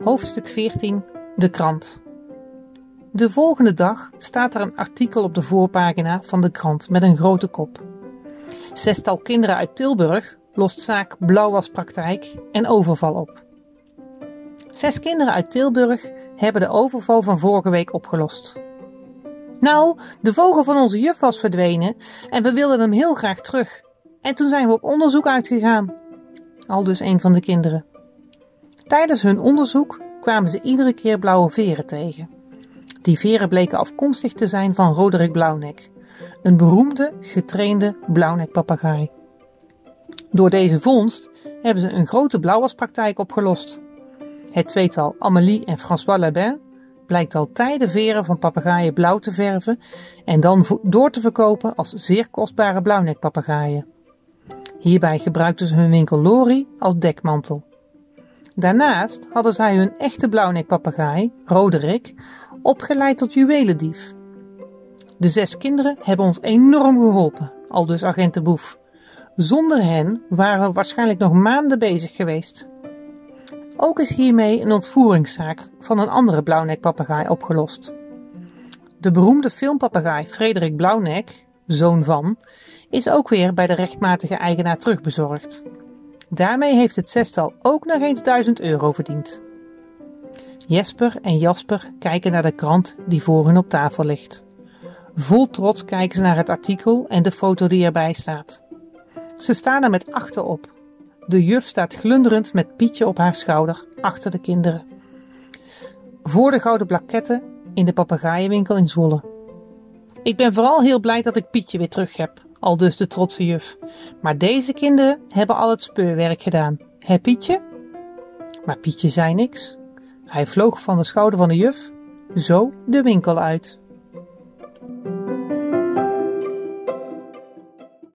Hoofdstuk 14. De krant. De volgende dag staat er een artikel op de voorpagina van de krant met een grote kop. Zestal kinderen uit Tilburg lost zaak blauwwaspraktijk en overval op. 6 kinderen uit Tilburg hebben de overval van vorige week opgelost. Nou, de vogel van onze juf was verdwenen en we wilden hem heel graag terug. En toen zijn we op onderzoek uitgegaan. Aldus een van de kinderen. Tijdens hun onderzoek kwamen ze iedere keer blauwe veren tegen. Die veren bleken afkomstig te zijn van Roderick Blauwnek, een beroemde, getrainde blauwnekpapegaai. Door deze vondst hebben ze een grote blauwwaspraktijk opgelost. Het tweetal Amélie en François Labin blijkt al tijden veren van papegaaien blauw te verven en dan door te verkopen als zeer kostbare blauwnekpapegaaien. Hierbij gebruikten ze hun winkel Lori als dekmantel. Daarnaast hadden zij hun echte blauwnekpapegaai, Roderick, opgeleid tot juwelendief. De 6 kinderen hebben ons enorm geholpen, aldus agent de Boef. Zonder hen waren we waarschijnlijk nog maanden bezig geweest. Ook is hiermee een ontvoeringszaak van een andere blauwnekpapegaai opgelost. De beroemde filmpapegaai Frederik Blauwnek, zoon van, is ook weer bij de rechtmatige eigenaar terugbezorgd. Daarmee heeft het zestal ook nog eens €1000 verdiend. Jesper en Jasper kijken naar de krant die voor hun op tafel ligt. Vol trots kijken ze naar het artikel en de foto die erbij staat. Ze staan er met achterop. De juf staat glunderend met Pietje op haar schouder achter de kinderen. Voor de gouden plaketten in de papegaaienwinkel in Zwolle. Ik ben vooral heel blij dat ik Pietje weer terug heb, aldus de trotse juf. Maar deze kinderen hebben al het speurwerk gedaan. Hè Pietje? Maar Pietje zei niks. Hij vloog van de schouder van de juf, zo de winkel uit.